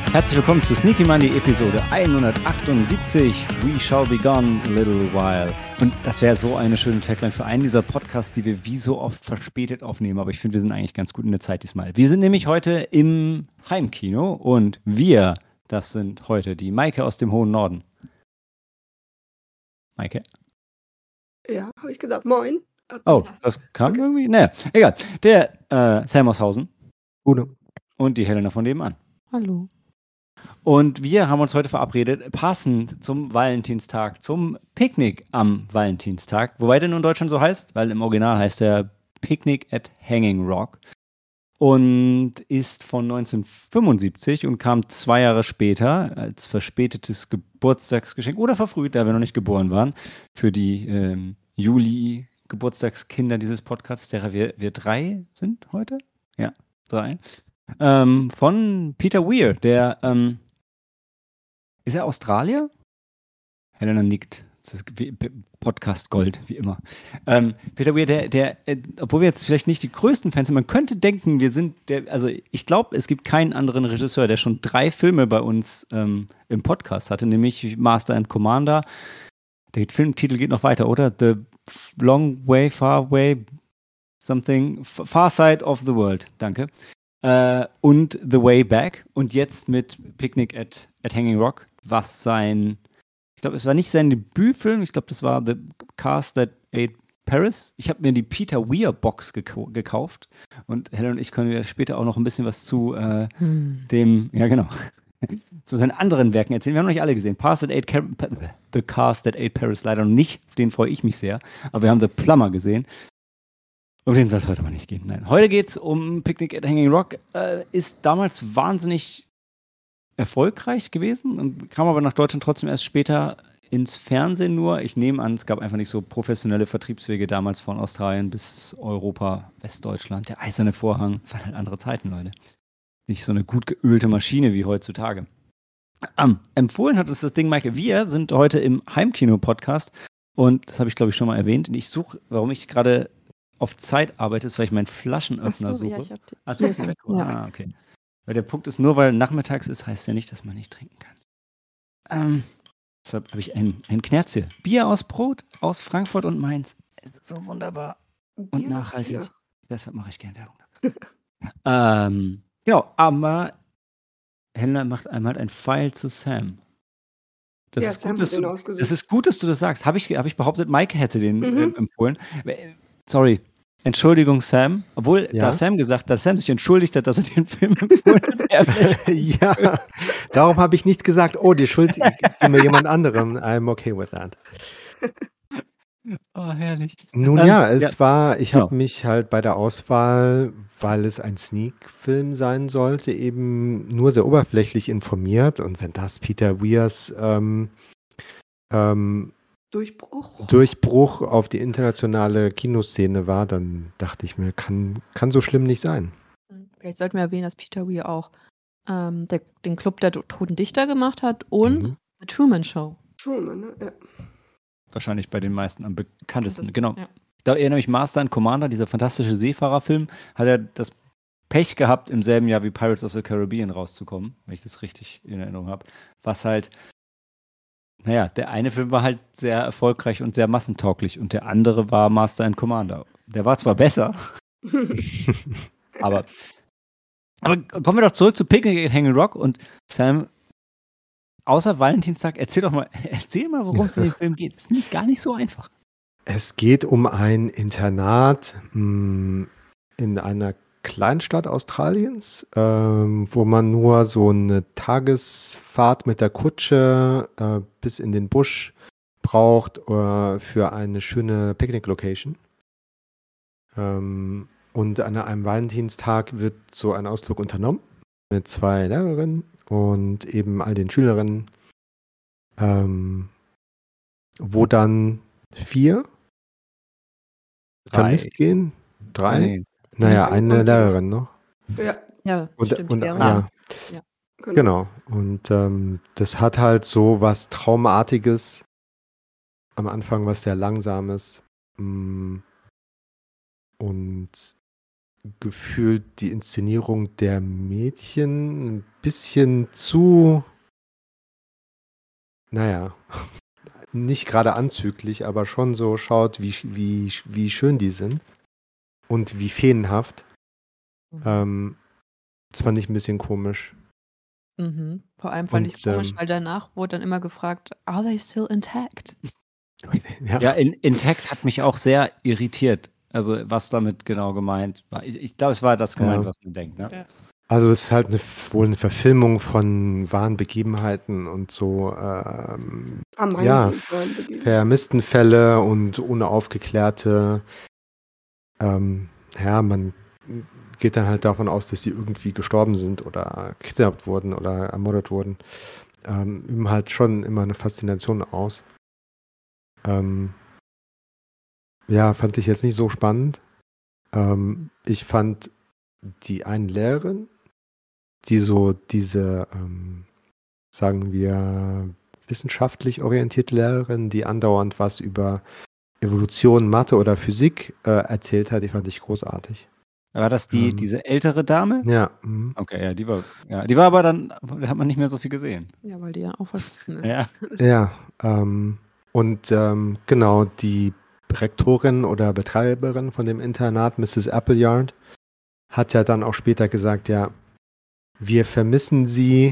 Herzlich willkommen zu Sneaky Money Episode 178. We shall be gone a little while. Und das wäre so eine schöne Tagline für einen dieser Podcasts, die wir wie so oft verspätet aufnehmen. Aber ich finde, wir sind eigentlich ganz gut in der Zeit diesmal. Wir sind nämlich heute im Heimkino und wir, das sind heute die Maike aus dem hohen Norden. Maike? Ja, habe ich gesagt. Moin. Oh, das kam irgendwie? Naja, egal. Der Sam aus Hausen. Gute. Und die Helena von nebenan. Hallo. Und wir haben uns heute verabredet, passend zum Valentinstag, zum Picknick am Valentinstag. Wobei der nur in Deutschland so heißt, weil im Original heißt der Picnic at Hanging Rock. Und ist von 1975 und kam 2 Jahre später als verspätetes Geburtstagsgeschenk oder verfrüht, da wir noch nicht geboren waren, für die Juli-Geburtstagskinder dieses Podcasts, derer wir 3 sind heute. Ja, 3. Von Peter Weir, der, ist er Australier? Helena nickt. Das ist Podcast Gold, wie immer. Peter Weir, der, obwohl wir jetzt vielleicht nicht die größten Fans sind, man könnte denken, ich glaube, es gibt keinen anderen Regisseur, der schon 3 Filme bei uns im Podcast hatte, nämlich Master and Commander. Der Filmtitel geht noch weiter, oder? The Long Way, Far Way, something, Far Side of the World. Danke. Und The Way Back und jetzt mit Picnic at Hanging Rock, was ich glaube, es war nicht sein Debütfilm, ich glaube, das war The Cast That Ate Paris. Ich habe mir die Peter Weir Box gekauft und Helen und ich können ja später auch noch ein bisschen was zu dem, ja genau, zu seinen anderen Werken erzählen. Wir haben noch nicht alle gesehen. The Cast That Ate Paris leider noch nicht, auf den freue ich mich sehr, aber wir haben The Plumber gesehen. Um den soll es heute aber nicht gehen. Nein. Heute geht es um Picnic at Hanging Rock. Ist damals wahnsinnig erfolgreich gewesen und kam aber nach Deutschland trotzdem erst später ins Fernsehen nur. Ich nehme an, es gab einfach nicht so professionelle Vertriebswege damals von Australien bis Europa, Westdeutschland. Der eiserne Vorhang. Das waren halt andere Zeiten, Leute. Nicht so eine gut geölte Maschine wie heutzutage. Empfohlen hat uns das Ding Maike. Wir sind heute im Heimkino-Podcast und das habe ich, glaube ich, schon mal erwähnt. Und ich suche, warum ich gerade auf Zeit arbeitest, weil ich meinen Flaschenöffner suche. Ja, ich hab du bist weg. Ja. Ah, okay. Weil der Punkt ist, nur weil nachmittags ist, heißt ja nicht, dass man nicht trinken kann. Deshalb habe ich ein Knerz Bier aus Brot aus Frankfurt und Mainz. So wunderbar und nachhaltig. Ja. Deshalb mache ich gerne Werbung. Genau, aber Helena macht einmal ein Pfeil zu Sam. Das ist gut, dass du das sagst. Habe ich behauptet, Maike hätte den empfohlen. Sorry. Entschuldigung, Sam. Obwohl, da Sam sich entschuldigt hat, dass er den Film empfohlen hat. Ja, darum habe ich nicht gesagt, oh, die Schuld gibt mir jemand anderem. I'm okay with that. Oh, herrlich. Nun ich habe mich halt bei der Auswahl, weil es ein Sneak-Film sein sollte, eben nur sehr oberflächlich informiert. Und wenn das Peter Weirs Durchbruch auf die internationale Kinoszene war, dann dachte ich mir, kann so schlimm nicht sein. Vielleicht sollten wir erwähnen, dass Peter Weir auch den Club der Toten Dichter gemacht hat und The Truman Show. Truman, ne? Ja. Wahrscheinlich bei den meisten am bekanntesten. Genau. Ja. Da erinnere mich Master and Commander, dieser fantastische Seefahrerfilm, hat er das Pech gehabt, im selben Jahr wie Pirates of the Caribbean rauszukommen, wenn ich das richtig in Erinnerung habe. Was halt der eine Film war halt sehr erfolgreich und sehr massentauglich und der andere war Master and Commander. Der war zwar besser, aber kommen wir doch zurück zu Picnic at Hanging Rock und Sam, außer Valentinstag, erzähl mal, worum es in dem Film geht. Das ist nicht gar nicht so einfach. Es geht um ein Internat in einer Kleinstadt Australiens, wo man nur so eine Tagesfahrt mit der Kutsche bis in den Busch braucht für eine schöne Picknick-Location. Und an einem Valentinstag wird so ein Ausflug unternommen mit 2 Lehrerinnen und eben all den Schülerinnen, wo dann 4 vermisst gehen. 3? Nee. Naja, eine Lehrerin noch. Ja, stimmt. Genau. Und das hat halt so was Traumartiges am Anfang, was sehr Langsames. Und gefühlt die Inszenierung der Mädchen ein bisschen zu, naja, nicht gerade anzüglich, aber schon so schaut, wie schön die sind und wie feenhaft. Das fand ich ein bisschen komisch. Vor allem fand ich es Und komisch, weil danach wurde dann immer gefragt, are they still intact? Ja, Intact hat mich auch sehr irritiert. Also, was damit genau gemeint war. Ich glaube, es war das gemeint, Ja. was man denkt, ne? Ja. Also es ist halt wohl eine Verfilmung von wahren Begebenheiten und so vermissten Fälle und unaufgeklärte. Man geht dann halt davon aus, dass sie irgendwie gestorben sind oder gekidnappt wurden oder ermordet wurden. Üben halt schon immer eine Faszination aus. Fand ich jetzt nicht so spannend. Ich fand die eine Lehrerin, die so diese, sagen wir, wissenschaftlich orientierte Lehrerin, die andauernd was über Evolution, Mathe oder Physik erzählt hat, die fand ich großartig. War das diese ältere Dame? Ja. Okay, ja, die war aber dann, da hat man nicht mehr so viel gesehen. Ja, weil die ja auch verschwunden ist. Ja. Ja, genau, die Rektorin oder Betreiberin von dem Internat, Mrs. Appleyard, hat ja dann auch später gesagt, ja, wir vermissen sie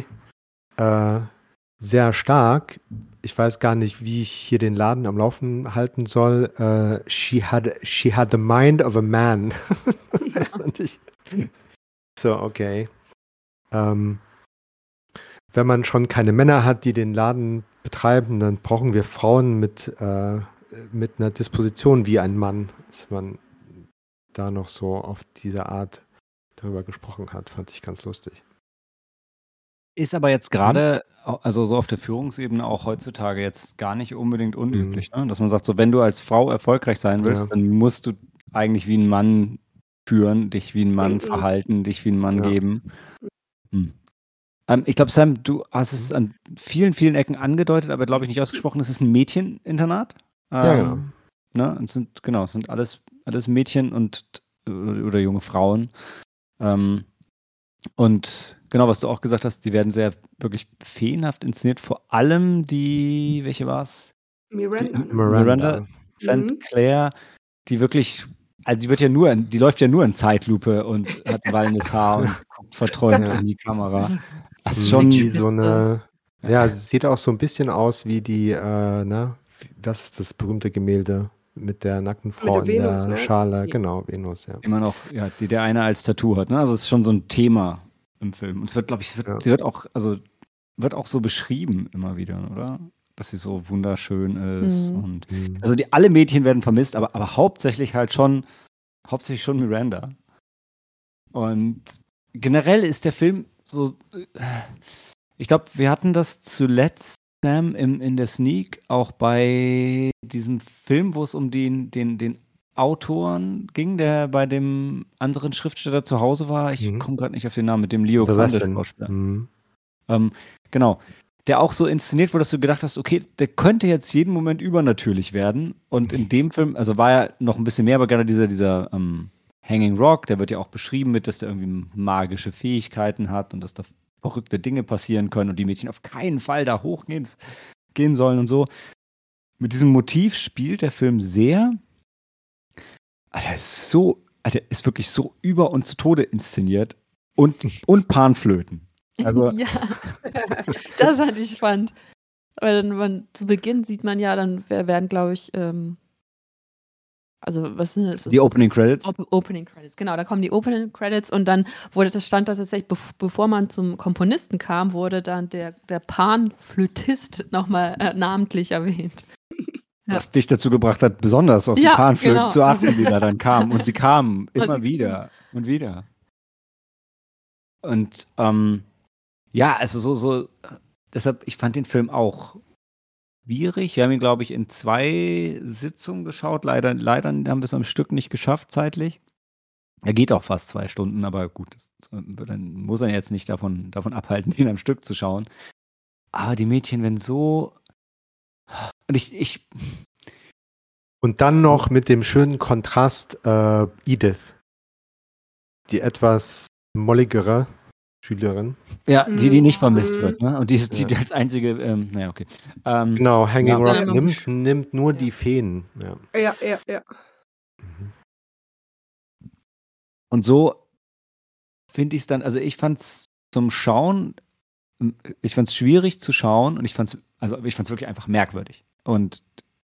sehr stark. Ich weiß gar nicht, wie ich hier den Laden am Laufen halten soll. She had the mind of a man. Und so, okay. Wenn man schon keine Männer hat, die den Laden betreiben, dann brauchen wir Frauen mit einer Disposition wie ein Mann, dass man da noch so auf diese Art darüber gesprochen hat, fand ich ganz lustig. Ist aber jetzt gerade, also so auf der Führungsebene auch heutzutage jetzt gar nicht unbedingt unüblich, ne? Dass man sagt, so wenn du als Frau erfolgreich sein willst, dann musst du eigentlich wie ein Mann führen, dich wie ein Mann verhalten, dich wie ein Mann geben. Ich glaube, Sam, du hast es an vielen, vielen Ecken angedeutet, aber glaube ich nicht ausgesprochen. Es ist ein Mädcheninternat. Ja, genau. Ne? Es sind alles Mädchen oder junge Frauen. Und genau, was du auch gesagt hast, die werden sehr wirklich feenhaft inszeniert. Vor allem welche war es? Miranda St. Clair, die wirklich, also die läuft ja nur in Zeitlupe und hat wallendes Haar und guckt verträumt in die Kamera. Das ist schon wie so eine, sie sieht auch so ein bisschen aus wie die, was ist das berühmte Gemälde mit der nackten Frau in Venus, der Schale? Genau, Venus, ja. Immer noch, ja, die der eine als Tattoo hat, ne? Also es ist schon so ein Thema im Film. Und es wird, glaube ich, sie wird auch so beschrieben immer wieder, oder? Dass sie so wunderschön ist. Und also alle Mädchen werden vermisst, aber hauptsächlich schon Miranda. Und generell ist der Film so, ich glaube, wir hatten das zuletzt, Sam, in der Sneak, auch bei diesem Film, wo es um den Autoren ging, der bei dem anderen Schriftsteller zu Hause war. Ich komme gerade nicht auf den Namen, mit dem Leo Grande-Schauspieler. Genau. Der auch so inszeniert wurde, dass du gedacht hast, okay, der könnte jetzt jeden Moment übernatürlich werden. Und in dem Film, also war ja noch ein bisschen mehr, aber gerade dieser Hanging Rock, der wird ja auch beschrieben mit, dass der irgendwie magische Fähigkeiten hat und dass da verrückte Dinge passieren können und die Mädchen auf keinen Fall da hochgehen sollen und so. Mit diesem Motiv spielt der Film sehr. Der ist wirklich so über und zu Tode inszeniert und Panflöten. Also, ja, das fand ich spannend. Weil dann zu Beginn sieht man ja, dann werden, glaube ich, also was sind das? Die Opening Credits. Opening Credits, genau. Da kommen die Opening Credits und dann stand da tatsächlich, bevor man zum Komponisten kam, wurde dann der Panflötist nochmal namentlich erwähnt. Was dich dazu gebracht hat, besonders auf die Panflöten zu achten, die da dann kamen. Und sie kamen immer wieder und wieder. Und also deshalb, ich fand den Film auch schwierig. Wir haben ihn, glaube ich, in 2 Sitzungen geschaut. Leider haben wir es am Stück nicht geschafft, zeitlich. Er geht auch fast 2 Stunden, aber gut, dann muss er jetzt nicht davon abhalten, ihn am Stück zu schauen. Aber die Mädchen werden so. Und Und dann noch mit dem schönen Kontrast Edith. die etwas molligere Schülerin. Ja, die nicht vermisst Mhm. wird, ne? Und die Ja. als einzige, naja, okay. Genau, Hanging Ja. Rock Ja. nimmt nur Ja. die Feen. Ja. Ja. Mhm. Und so finde ich es dann, also ich fand es zum Schauen, ich fand es schwierig zu schauen und ich fand es wirklich einfach merkwürdig. Und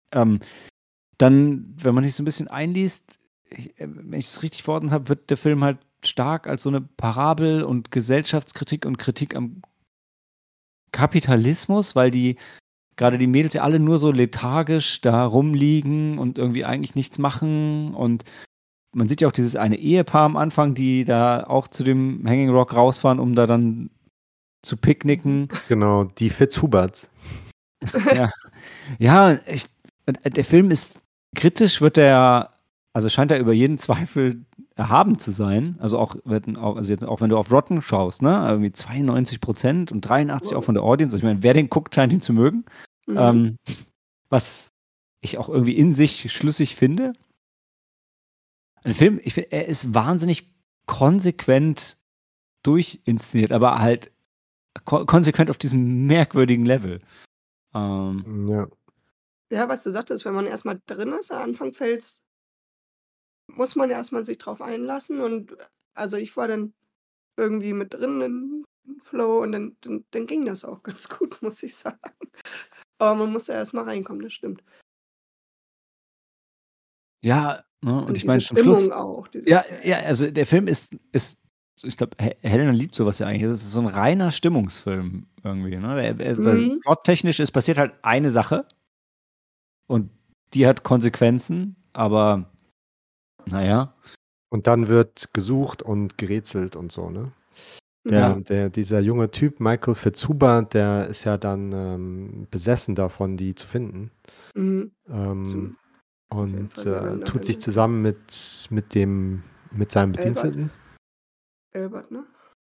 dann, wenn man sich so ein bisschen einliest, wenn ich es richtig verordnet habe, wird der Film halt stark als so eine Parabel und Gesellschaftskritik und Kritik am Kapitalismus, weil gerade die Mädels ja alle nur so lethargisch da rumliegen und irgendwie eigentlich nichts machen. Und man sieht ja auch dieses eine Ehepaar am Anfang, die da auch zu dem Hanging Rock rausfahren, um da dann zu picknicken. Genau, die Fitzhuberts. Ja, der Film ist kritisch, also scheint er über jeden Zweifel erhaben zu sein. Also auch wenn du auf Rotten schaust, ne? Irgendwie 92% und 83% auch von der Audience. Also ich meine, wer den guckt, scheint ihn zu mögen. Mhm. Was ich auch irgendwie in sich schlüssig finde. Der Film, ich finde, er ist wahnsinnig konsequent durchinszeniert, aber halt konsequent auf diesem merkwürdigen Level. Ja. Ja, was du sagtest, wenn man erstmal drin ist, am Anfang muss man erstmal sich drauf einlassen und also ich war dann irgendwie mit drin im Flow und dann ging das auch ganz gut, muss ich sagen. Aber man musste erstmal reinkommen, das stimmt. Ja, ne? Und Und ich diese meine, zum Schluss. Stimmung auch. Ja, also der Film ist ich glaube, Helena liebt sowas ja eigentlich. Das ist so ein reiner Stimmungsfilm irgendwie, ne? Weil Mhm. plottechnisch ist passiert halt eine Sache und die hat Konsequenzen, aber naja. Und dann wird gesucht und gerätselt und so, ne? Ja. Dieser junge Typ, Michael Fitzhubert, der ist ja dann besessen davon, die zu finden. Mhm. Ähm, auf jeden und Fall Miranda tut sich dann. zusammen mit seinem Bediensteten. Albert, ne?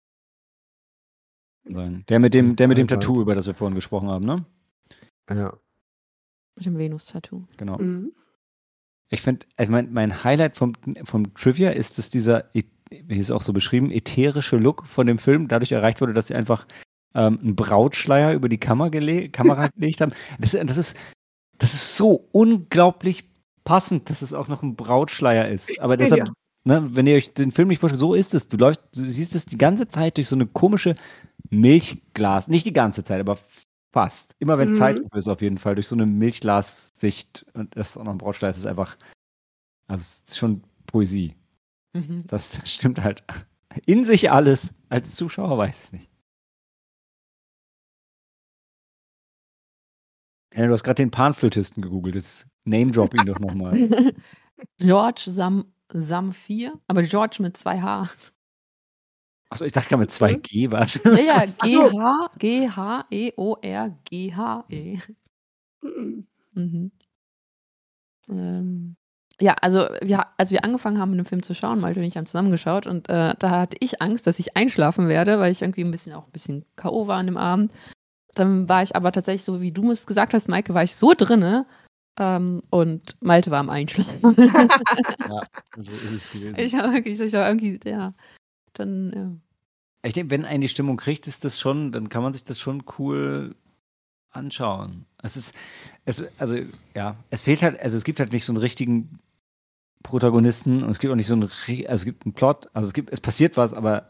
Sein. Der mit dem Albert. Tattoo, über das wir vorhin gesprochen haben, ne? Ja. Mit dem Venus-Tattoo. Genau. Mhm. Ich finde, mein Highlight vom Trivia ist, dass dieser, wie ist es auch so beschrieben, ätherische Look von dem Film dadurch erreicht wurde, dass sie einfach einen Brautschleier über die Kamera gelegt haben. Das ist so unglaublich passend, dass es auch noch ein Brautschleier ist. Aber deshalb, Ja. ne, wenn ihr euch den Film nicht vorstellt, so ist es. Du siehst es die ganze Zeit durch so eine komische Milchglas, nicht die ganze Zeit, aber fast. Immer wenn Mhm. Zeitlupe ist, auf jeden Fall, durch so eine Milchglassicht und das ist auch noch ein Brautschleier, ist es einfach, also es ist schon Poesie. Mhm. Das stimmt halt. In sich alles. Als Zuschauer weiß ich es nicht. Ja, du hast gerade den Panflötisten gegoogelt. Jetzt Name-Drop ihn doch nochmal. George Samphir, aber George mit 2 H. Achso, ich dachte gerade mit 2G was. Ja, Ach so. Georghe. Mhm. Mhm. Ja, also als wir angefangen haben, den Film zu schauen, Malte und ich haben zusammengeschaut und da hatte ich Angst, dass ich einschlafen werde, weil ich irgendwie ein bisschen K.O. war an dem Abend. Dann war ich aber tatsächlich, so wie du es gesagt hast, Maike, war ich so drinne und Malte war am Einschlafen. Ja, so ist es gewesen. Ich war irgendwie, ja, dann, ja. Ich denke, wenn einen die Stimmung kriegt, dann kann man sich das schon cool anschauen. Es fehlt halt, also es gibt halt nicht so einen richtigen Protagonisten und es gibt auch nicht so einen, es gibt einen Plot, also es passiert was, aber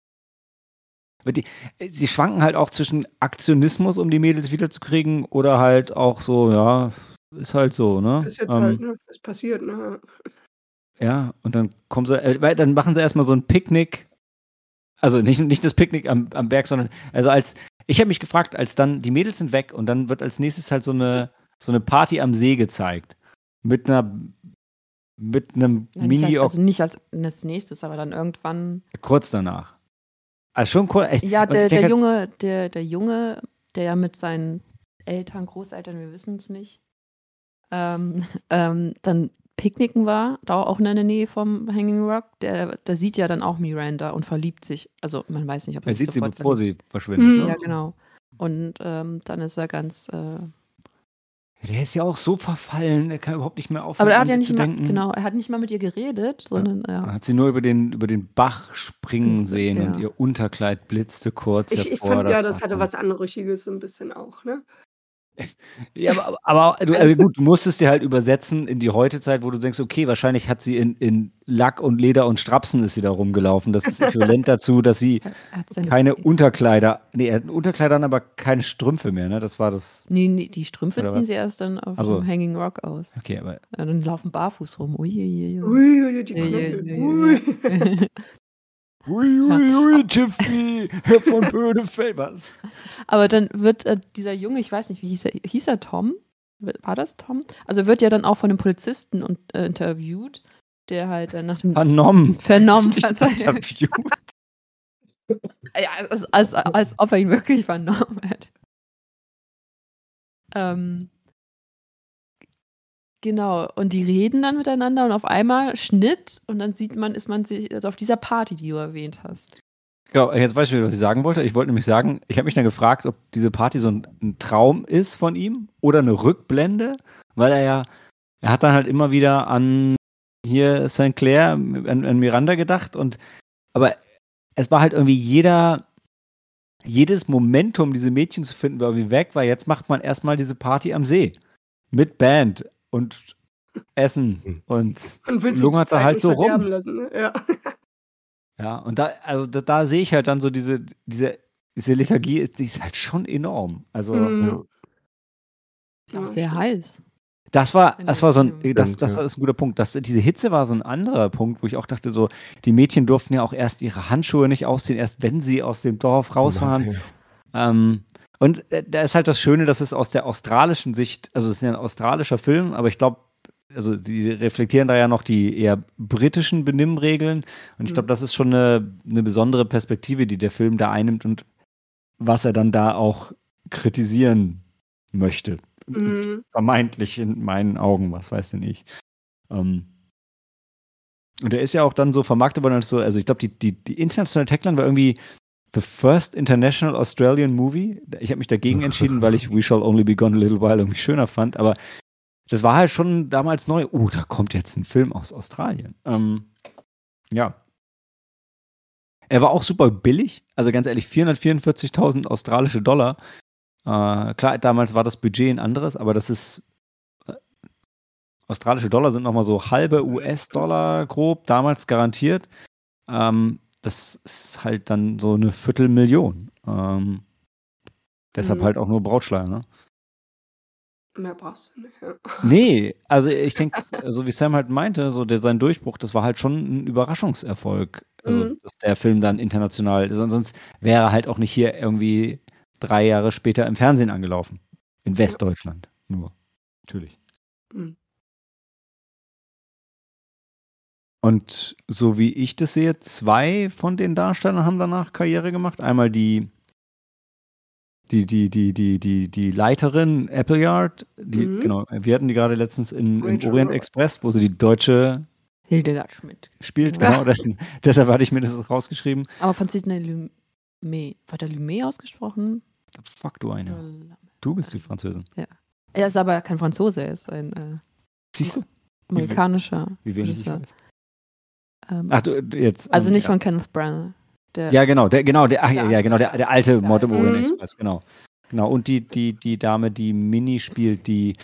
sie schwanken halt auch zwischen Aktionismus, um die Mädels wiederzukriegen, oder halt auch so, ja, ist halt so, ne? Ist jetzt halt, ne? Ist passiert, ne? Ja, und dann dann machen sie erstmal so ein Picknick. Also nicht das Picknick am Berg, sondern ich habe mich gefragt, als dann die Mädels sind weg und dann wird als nächstes halt so eine Party am See gezeigt. Mit einem Mini. Also nicht als nächstes, aber dann irgendwann. Kurz danach. Also schon kurz. Ja, der Junge, der ja mit seinen Eltern, Großeltern, wir wissen es nicht, dann picknicken war, da auch in der Nähe vom Hanging Rock, der sieht ja dann auch Miranda und verliebt sich. Also man weiß nicht, ob er sich sieht sie, sofort bevor verliebt. sie verschwindet. Mhm. Ne? Ja, genau. Und dann ist er ganz. Der der ist ja auch so verfallen, der kann überhaupt nicht mehr aufhören, Aber er an hat ja sie nicht zu mal, denken. genau, er hat nicht mal mit ihr geredet, sondern Er hat sie nur über den Bach springen sehen und Ja. ihr Unterkleid blitzte kurz Ich hervor. fand ja, war das hatte schon- was Anrüchiges so ein bisschen auch, ne? Ja, aber also gut, du musstest dir halt übersetzen in die Heutezeit, wo du denkst, okay, wahrscheinlich hat sie in Lack und Leder und Strapsen ist sie da rumgelaufen. Das ist äquivalent dazu, dass sie er hat seine keine Unterkleider, er hat Unterkleider an, aber keine Strümpfe mehr, ne? Das war das. Nee, die Strümpfe Oder ziehen was? sie erst dann auf Also. dem Hanging Rock aus. Okay, aber Ja, dann laufen barfuß rum. Uiuiui. Ui, die Knöchel. Ui. Ui, Tiffy, Herr von Bödefeld, was? Aber dann wird dieser Junge, ich weiß nicht, wie hieß er Tom? War das Tom? Also wird ja dann auch von einem Polizisten interviewt, der halt nach dem Vernommen. Verzeihung. Interviewt. Ja, als ob er ihn wirklich vernommen hätte. Genau, und die reden dann miteinander und auf einmal Schnitt und dann ist man also auf dieser Party, die du erwähnt hast. Genau, jetzt weißt du, was ich sagen wollte. Ich wollte nämlich sagen, ich habe mich dann gefragt, ob diese Party so ein Traum ist von ihm oder eine Rückblende, weil er hat dann halt immer wieder an hier St. Clair, an Miranda gedacht aber es war halt irgendwie jedes Momentum, diese Mädchen zu finden, war irgendwie weg, weil jetzt macht man erstmal diese Party am See mit Band und Essen und will sich lungert die da Zeit halt nicht so verderben rum. lassen, ne? Ja. Ja, und da sehe ich halt dann so diese Lethargie, die ist halt schon enorm. Also, Mhm. Ist ja auch Ja, sehr stimmt. heiß. das war so ein, Stimmt, das ja. ist ein guter Punkt. Diese Hitze war so ein anderer Punkt, wo ich auch dachte, so, die Mädchen durften ja auch erst ihre Handschuhe nicht ausziehen, erst wenn sie aus dem Dorf rausfahren. Und da ist halt das Schöne, dass es aus der australischen Sicht, also es ist ja ein australischer Film, aber ich glaube, also sie reflektieren da ja noch die eher britischen Benimmregeln und ich glaube, das ist schon eine besondere Perspektive, die der Film da einnimmt und was er dann da auch kritisieren möchte. Mhm. Vermeintlich in meinen Augen, was weiß denn ich. Und er ist ja auch dann so vermarktet worden als so, also ich glaube, die internationale Tagline war irgendwie The First International Australian Movie. Ich habe mich dagegen entschieden, weil ich We Shall Only Be Gone a Little While irgendwie schöner fand, aber das war halt schon damals neu. Oh, da kommt jetzt ein Film aus Australien. Ja. Er war auch super billig. Also ganz ehrlich, 444.000 australische Dollar. Klar, damals war das Budget ein anderes, aber das ist australische Dollar sind nochmal so halbe US-Dollar grob, damals garantiert. Das ist halt dann so eine Viertelmillion. Deshalb halt auch nur Brautschleier, ne? Mehr brauchst du nicht. Ja. Nee, also ich denke, so wie Sam halt meinte, so sein Durchbruch, das war halt schon ein Überraschungserfolg. Also, dass der Film dann international, sonst wäre er halt auch nicht hier irgendwie 3 Jahre später im Fernsehen angelaufen. In Westdeutschland nur. Natürlich. Mhm. Und so wie ich das sehe, 2 von den Darstellern haben danach Karriere gemacht. Einmal die Leiterin Appleyard, genau, wir hatten die gerade letztens im Rachel Orient Roberts. Express, wo sie die Deutsche Hildegard Schmidt. spielt, Ja. genau, deshalb hatte ich mir das rausgeschrieben. Aber von Sidney Lumet. Wird der Lumet ausgesprochen? Fuck, du eine. Du bist die Französin. Ja. Er ist aber kein Franzose, er ist ein Siehst du? amerikanischer Wie wenig ich Regisseur. weiß. Ach, du jetzt. Also nicht von Kenneth Branagh. Ja, genau, der alte Mord im Orient Mhm. Express, genau. Genau, und die Dame, die Minnie spielt, die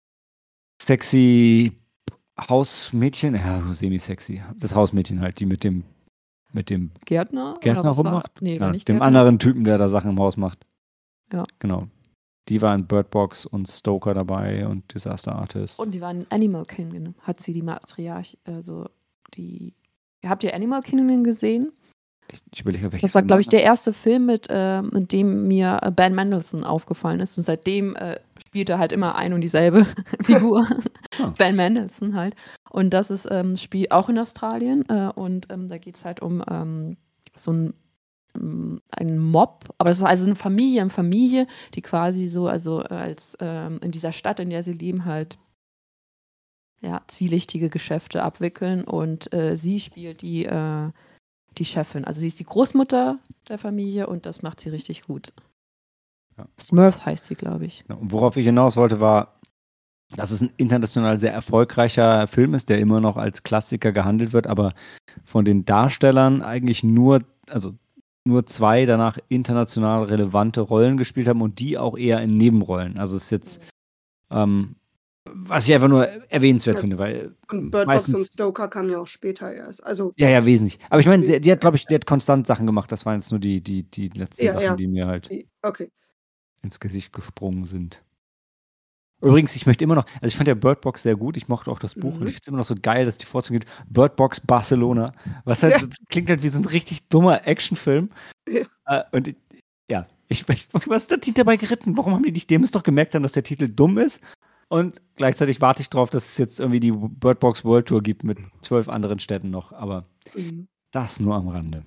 sexy Hausmädchen, ja, semi-sexy, das Hausmädchen halt, die mit dem Gärtner? Gärtner Oder was war? rummacht. Nee, Ja, war nicht dem Gärtner. anderen Typen, der da Sachen im Haus macht. Ja. Genau. Die war in Bird Box und Stoker dabei und Disaster Artist. Und die war in Animal Kingdom. Hat sie die Matriarch, habt ihr Animal Kingdom gesehen? Ich überlege, welcher Das war, Film glaube ich, der das? erste Film, mit dem mir Ben Mendelsohn aufgefallen ist. Und seitdem spielt er halt immer ein und dieselbe Figur. Ben Mendelsohn halt. Und das ist Spiel auch in Australien. Und da geht es halt um so einen Mob. Aber das ist also eine Familie, die quasi so, als in dieser Stadt, in der sie leben, halt zwielichtige Geschäfte abwickeln. Und sie spielt die Chefin. Also sie ist die Großmutter der Familie und das macht sie richtig gut. Ja. Smurf heißt sie, glaube ich. Und worauf ich hinaus wollte, war, dass es ein international sehr erfolgreicher Film ist, der immer noch als Klassiker gehandelt wird, aber von den Darstellern eigentlich nur 2 danach international relevante Rollen gespielt haben und die auch eher in Nebenrollen. Also es ist jetzt, was ich einfach nur erwähnenswert finde, weil Und Bird Box und meistens, Stoker kam ja auch später erst. Also, ja, wesentlich. Aber ich meine, die hat, glaube ich, die hat konstant Sachen gemacht. Das waren jetzt nur die letzten Ja, Sachen, ja. die mir halt okay. ins Gesicht gesprungen sind. Übrigens, ich möchte immer noch, also ich fand ja Bird Box sehr gut, ich mochte auch das Buch und ich finde es immer noch so geil, dass die Vorzüge gibt, Bird Box Barcelona, was halt Ja. das klingt halt wie so ein richtig dummer Actionfilm. Ja. Und ja, was ist der Titel dabei geritten? Warum haben die nicht, dem es doch gemerkt haben, dass der Titel dumm ist? Und gleichzeitig warte ich drauf, dass es jetzt irgendwie die Bird Box World Tour gibt mit 12 anderen Städten noch, aber das nur am Rande.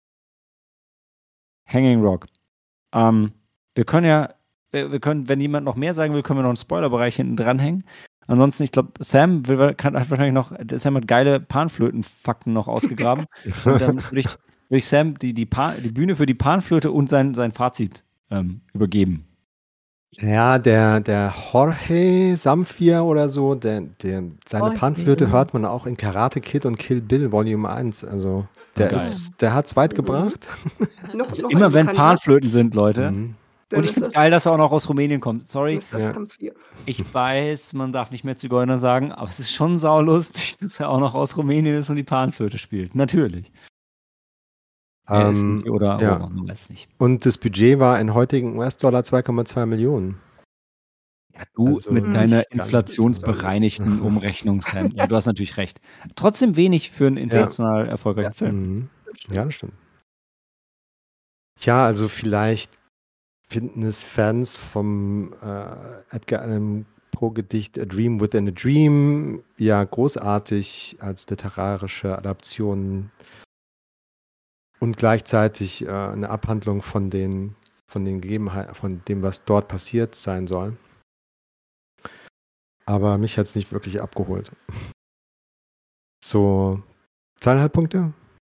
Hanging Rock. Wir können, wenn jemand noch mehr sagen will, können wir noch einen Spoilerbereich hinten dranhängen. Ansonsten, ich glaube, Sam hat wahrscheinlich noch, Sam hat geile Panflöten-Fakten noch ausgegraben. Und dann würde ich Sam die Bühne für die Panflöte und sein Fazit übergeben. Ja, der Jorge Samphir oder so, seine Panflöte hört man auch in Karate Kid und Kill Bill Volume 1. Also der hat's weit gebracht. Also immer wenn Panflöten sind, Leute. Mhm. Und ich finde es geil, dass er auch noch aus Rumänien kommt. Sorry. Ist das Samphir. Ich weiß, man darf nicht mehr Zigeuner sagen, aber es ist schon saulustig, dass er auch noch aus Rumänien ist und die Panflöte spielt. Natürlich. Oder man weiß es nicht. Und das Budget war in heutigen US-Dollar 2,2 Millionen. Ja, du mit deiner inflationsbereinigten Umrechnung, Sam. Ja, du hast natürlich recht. Trotzdem wenig für einen international erfolgreichen Film. Mhm. Ja, das stimmt. Ja, also vielleicht finden es Fans vom Edgar Allan Poe-Gedicht A Dream Within a Dream ja großartig als literarische Adaption und gleichzeitig eine Abhandlung von den Gegebenheiten, von dem, was dort passiert sein soll. Aber mich hat es nicht wirklich abgeholt. So 2,5 Punkte?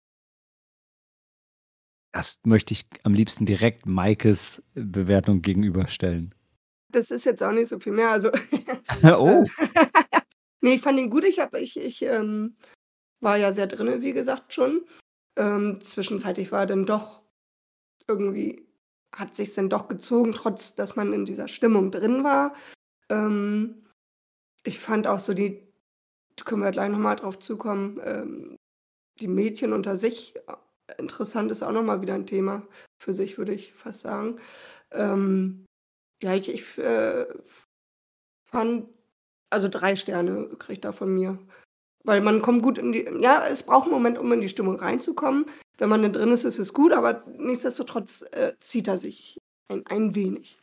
Das möchte ich am liebsten direkt Maikes Bewertung gegenüberstellen. Das ist jetzt auch nicht so viel mehr. Also Oh. Nee, ich fand ihn gut. Ich war ja sehr drin, wie gesagt, schon. Zwischenzeitlich war dann doch irgendwie, hat sich dann doch gezogen, trotz dass man in dieser Stimmung drin war. Ich fand auch so da können wir gleich nochmal drauf zukommen, die Mädchen unter sich interessant, ist auch nochmal wieder ein Thema für sich, würde ich fast sagen. Ja, ich fand, also 3 Sterne kriegt er von mir. Weil man kommt gut es braucht einen Moment, um in die Stimmung reinzukommen. Wenn man dann drin ist, ist es gut, aber nichtsdestotrotz zieht er sich ein wenig.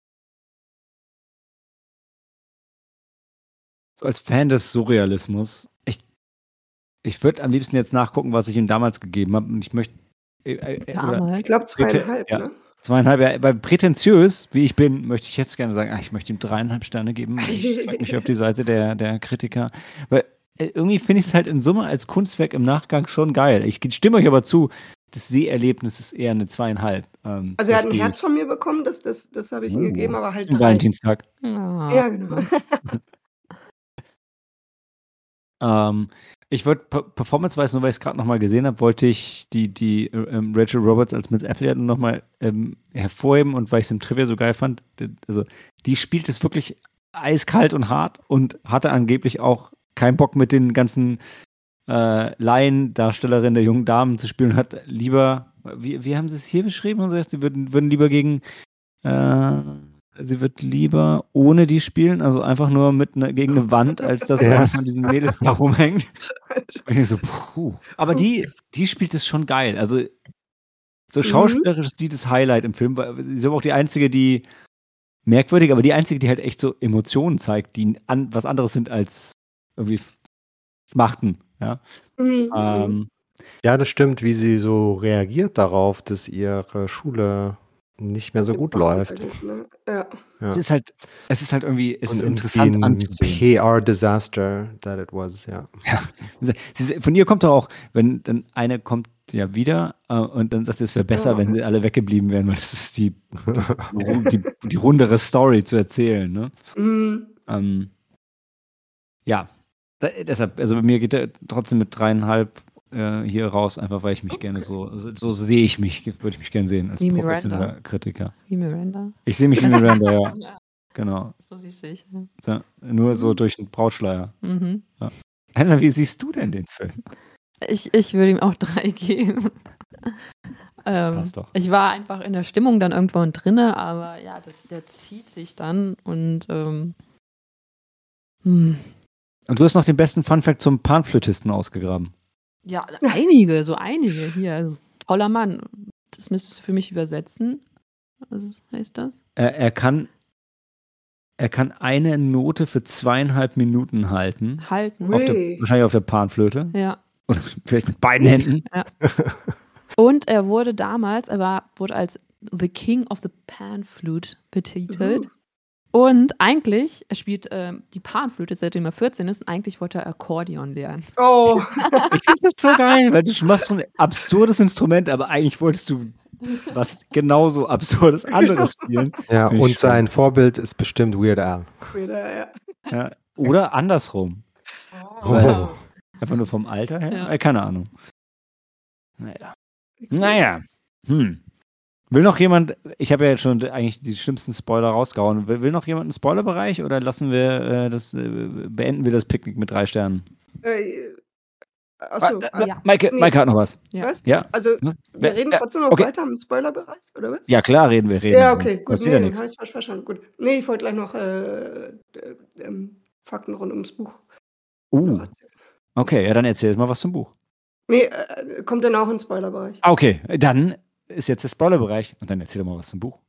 So als Fan des Surrealismus, ich würde am liebsten jetzt nachgucken, was ich ihm damals gegeben habe. Und ich möchte. Ich glaube 2,5, ja, ne? 2,5, ja. Weil prätentiös, wie ich bin, möchte ich jetzt gerne sagen, ich möchte ihm 3,5 Sterne geben. Ich schreibe mich auf die Seite der Kritiker. Weil irgendwie finde ich es halt in Summe als Kunstwerk im Nachgang schon geil. Ich stimme euch aber zu, das Seherlebnis ist eher eine 2,5. Also er hat ein Herz von mir bekommen, das habe ich ihm gegeben, aber halt zum Valentinstag. Ja, genau. Ich würde performance-weise, nur weil ich es gerade nochmal gesehen habe, wollte ich die Rachel Roberts als Miss Appleyard nochmal hervorheben und weil ich es im Trivia so geil fand, also die spielt es wirklich eiskalt und hart und hatte angeblich auch keinen Bock mit den ganzen Laiendarstellerinnen der jungen Damen zu spielen und hat lieber, wie haben sie es hier beschrieben? Und gesagt, sie würden lieber sie wird lieber ohne die spielen, also einfach nur gegen eine Wand, als dass einer von diesen Mädels da rumhängt. Und ich so, puh. Aber die spielt es schon geil. Also so schauspielerisch ist die das Highlight im Film. Sie ist aber auch die einzige, die merkwürdig, aber die einzige, die halt echt so Emotionen zeigt, die was anderes sind als irgendwie Schmachten. Ja. Ja, das stimmt, wie sie so reagiert darauf, dass ihre Schule nicht mehr so gut läuft. Ne? Ja. Es ist halt irgendwie interessant ein anzusehen. PR-Disaster that it was, ja. Von ihr kommt auch, wenn dann eine kommt ja wieder und dann sagt sie, es wäre besser, wenn sie alle weggeblieben wären, weil das ist die rundere Story zu erzählen. Ne? Ja. Deshalb, also bei mir geht er trotzdem mit 3,5 hier raus, einfach weil ich mich gerne so sehe ich mich, würde ich mich gerne sehen als Wie professioneller Miranda. Kritiker. Wie Miranda. Ich sehe mich wie Miranda, ja. Ja, Genau. so siehst du dich. So, nur so durch den Brautschleier. Mhm. Anna, wie siehst du denn den Film? Ich würde ihm auch 3 geben. passt doch. Ich war einfach in der Stimmung dann irgendwann drinne, aber ja, der zieht sich dann und Und du hast noch den besten Funfact zum Panflötisten ausgegraben. ja, einige hier. Also, toller Mann. Das müsstest du für mich übersetzen. Was heißt das? Er kann eine Note für 2,5 Minuten halten. Ui. Wahrscheinlich auf der Panflöte. Ja. Oder vielleicht mit beiden Händen. Ja. Und er wurde als The King of the Pan Flute betitelt. Und eigentlich, er spielt die Panflöte, seitdem er 14 ist, und eigentlich wollte er Akkordeon lernen. Oh. Ich finde das so geil, weil du machst so ein absurdes Instrument, aber eigentlich wolltest du was genauso absurdes anderes spielen. Ja, Finde ich und sein Vorbild ist bestimmt Weird Al. Wieder, ja. Ja, oder andersrum. Oh. Einfach nur vom Alter her? Ja. Keine Ahnung. Naja. Will noch jemand, ich habe ja jetzt schon eigentlich die schlimmsten Spoiler rausgehauen, will noch jemand einen Spoilerbereich oder lassen wir beenden wir das Picknick mit 3 Sternen? Achso. ja. Maike hat noch was. Ja. Was? Ja? Also, Was? wir reden trotzdem noch okay. weiter im Spoilerbereich, oder was? Ja, klar reden wir. Ja, okay, gut. Passiert ja Nee, nichts. habe ich falsch verstanden. Gut. Nee, ich wollte gleich noch Fakten rund ums Buch. Okay, ja, dann erzähl jetzt mal was zum Buch. Nee, kommt dann auch in den Spoilerbereich. Okay, dann ist jetzt der Spoilerbereich und dann erzähl doch mal was zum Buch.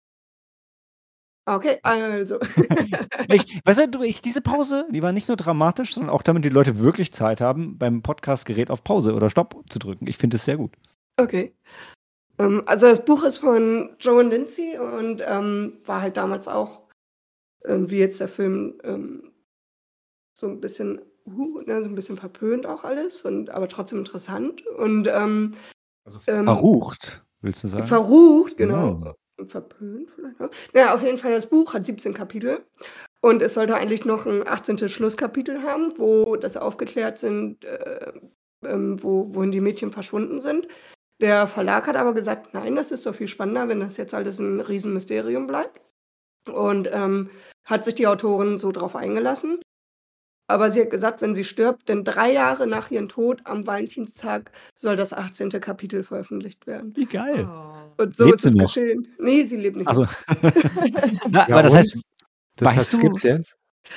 Okay, also. Diese Pause, die war nicht nur dramatisch, sondern auch damit die Leute wirklich Zeit haben, beim Podcast-Gerät auf Pause oder Stopp zu drücken. Ich finde es sehr gut. Okay. Also das Buch ist von Joan Lindsay und war halt damals auch, wie jetzt der Film, so ein bisschen verpönt auch alles, aber trotzdem interessant. Und Verrucht, willst du sagen? verrucht, genau. Oh. Verpönt vielleicht auch. Naja, auf jeden Fall, das Buch hat 17 Kapitel und es sollte eigentlich noch ein 18. Schlusskapitel haben, wo das aufgeklärt sind, wohin die Mädchen verschwunden sind. Der Verlag hat aber gesagt, nein, das ist doch viel spannender, wenn das jetzt alles ein Riesenmysterium bleibt. Und hat sich die Autorin so drauf eingelassen. Aber sie hat gesagt, wenn sie stirbt, denn 3 Jahre nach ihrem Tod am Valentinstag soll das 18. Kapitel veröffentlicht werden. Wie geil. Und so Lebt ist sie es noch? geschehen. Nee, sie lebt nicht Also, mehr. aber das heißt, Das weißt heißt, du- gibt's jetzt?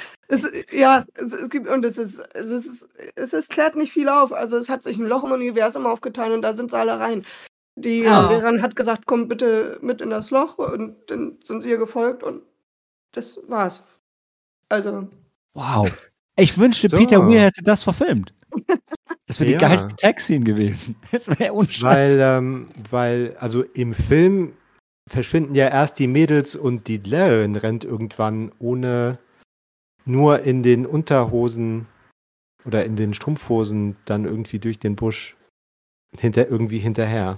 Es klärt nicht viel auf. Also es hat sich ein Loch im Universum aufgetan und da sind sie alle rein. Die Ja. Lehrerin hat gesagt, komm bitte mit in das Loch und dann sind sie ihr gefolgt und das war's. Also, wow. Ich wünschte, So. Peter Weir hätte das verfilmt. Das wäre die Ja. geilste Tag-Scene gewesen. Das wäre unscheiß. Weil, also im Film verschwinden ja erst die Mädels und die Lehrerin rennt irgendwann nur in den Unterhosen oder in den Strumpfhosen dann irgendwie durch den Busch hinterher.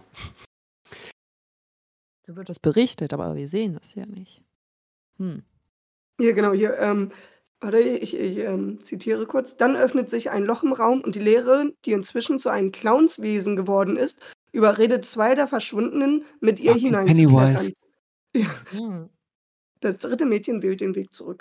So wird das berichtet, aber wir sehen das ja nicht. hier, genau, warte, ich zitiere kurz. Dann öffnet sich ein Loch im Raum und die Lehrerin, die inzwischen zu einem Clownswesen geworden ist, überredet 2 der Verschwundenen, mit ihr Fucking hineinzuklettern. Pennywise. Ja, das 3. Mädchen wählt den Weg zurück.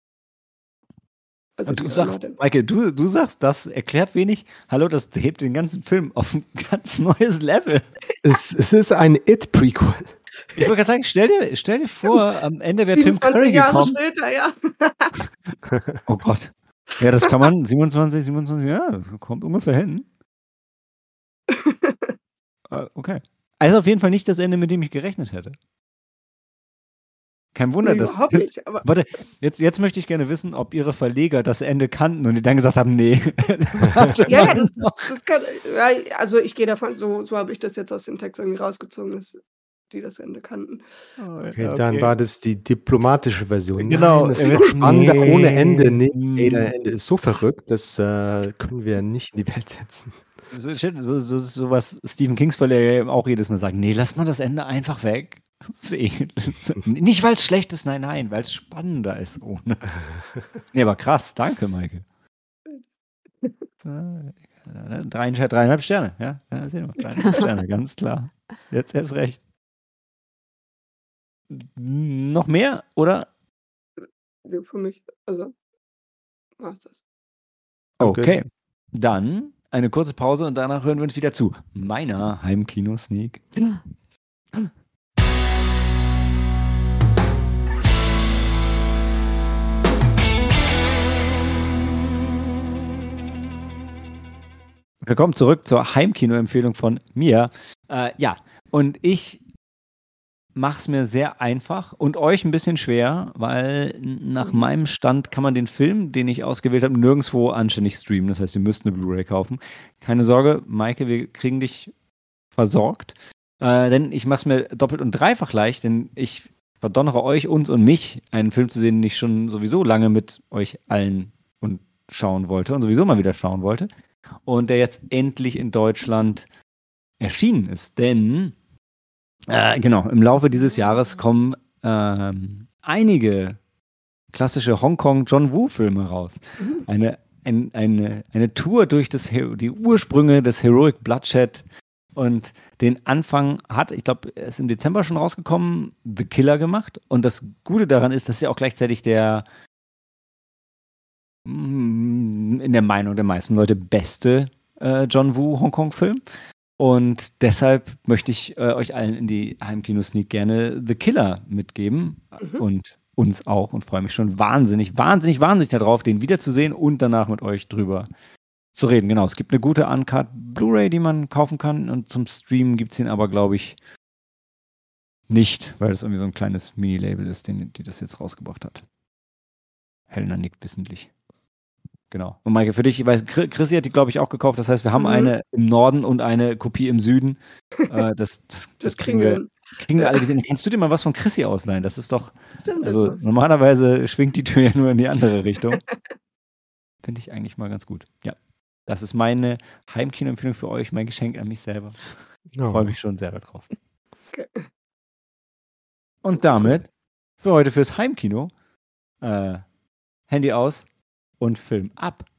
Also Und du die sagst, Irma dann. Maike, du sagst, das erklärt wenig. Hallo, das hebt den ganzen Film auf ein ganz neues Level. Es ist ein It-Prequel. Ich wollte gerade sagen, stell dir vor, am Ende wäre Tim 27 Curry Jahre gekommen. später, ja. Oh Gott. Ja, das kann man, 27, ja, das kommt ungefähr hin. Okay. Also auf jeden Fall nicht das Ende, mit dem ich gerechnet hätte. Kein Wunder, Nee, dass. überhaupt nicht. Aber Warte, jetzt möchte ich gerne wissen, ob ihre Verleger das Ende kannten und die dann gesagt haben, nee. ja, das kann. Ja, also ich gehe davon, so habe ich das jetzt aus dem Text irgendwie rausgezogen, dass die das Ende kannten. Okay, dann war das die diplomatische Version. Genau. Nein, das ist noch spannender Nee. ohne Ende. Nee, das Ende ist so verrückt, das können wir nicht in die Welt setzen. So was Stephen Kings Verleger auch jedes Mal sagen, nee, lass mal das Ende einfach weg. Nicht, weil es schlecht ist, nein, weil es spannender ist ohne. Nee, aber krass, danke, Maike. Dreieinhalb Sterne, ja? Ja, sehen wir. 3,5 Sterne, ganz klar. Jetzt erst recht. Noch mehr, oder? Ja, für mich, also, war's das. Okay. Dann eine kurze Pause und danach hören wir uns wieder zu meiner Heimkino-Sneak. Willkommen zurück zur Heimkino-Empfehlung von mir. Ja, und ich mache es mir sehr einfach und euch ein bisschen schwer, weil nach meinem Stand kann man den Film, den ich ausgewählt habe, nirgendwo anständig streamen. Das heißt, ihr müsst eine Blu-ray kaufen. Keine Sorge, Maike, wir kriegen dich versorgt. Denn ich mache es mir doppelt und dreifach leicht, denn ich verdonnere euch, uns und mich, einen Film zu sehen, den ich schon sowieso lange mit euch allen und schauen wollte und sowieso mal wieder schauen wollte. Und der jetzt endlich in Deutschland erschienen ist. Denn, genau, im Laufe dieses Jahres kommen einige klassische Hongkong-John-Woo-Filme raus. Eine Tour durch die Ursprünge des Heroic Bloodshed und den Anfang hat, ich glaube, er ist im Dezember schon rausgekommen, The Killer gemacht. Und das Gute daran ist, dass er auch gleichzeitig der in der Meinung der meisten Leute beste John Woo Hongkong-Film. Und deshalb möchte ich euch allen in die Heimkino-Sneak gerne The Killer mitgeben und uns auch und freue mich schon wahnsinnig darauf, den wiederzusehen und danach mit euch drüber zu reden. Genau, es gibt eine gute Uncut Blu-ray, die man kaufen kann und zum Streamen gibt es ihn aber, glaube ich, nicht, weil das irgendwie so ein kleines Mini-Label ist, die das jetzt rausgebracht hat. Helena nickt wissentlich. Genau. Und Maike, für dich, ich weiß, Chrissy hat die, glaube ich, auch gekauft. Das heißt, wir haben eine im Norden und eine Kopie im Süden. Das kriegen wir alle gesehen. Kannst du dir mal was von Chrissy ausleihen? Das ist doch, also normalerweise schwingt die Tür ja nur in die andere Richtung. Finde ich eigentlich mal ganz gut. Ja, das ist meine Heimkino-Empfehlung für euch, mein Geschenk an mich selber. Ich freue mich schon sehr darauf. Okay. Und damit für heute fürs Heimkino Handy aus und Film ab.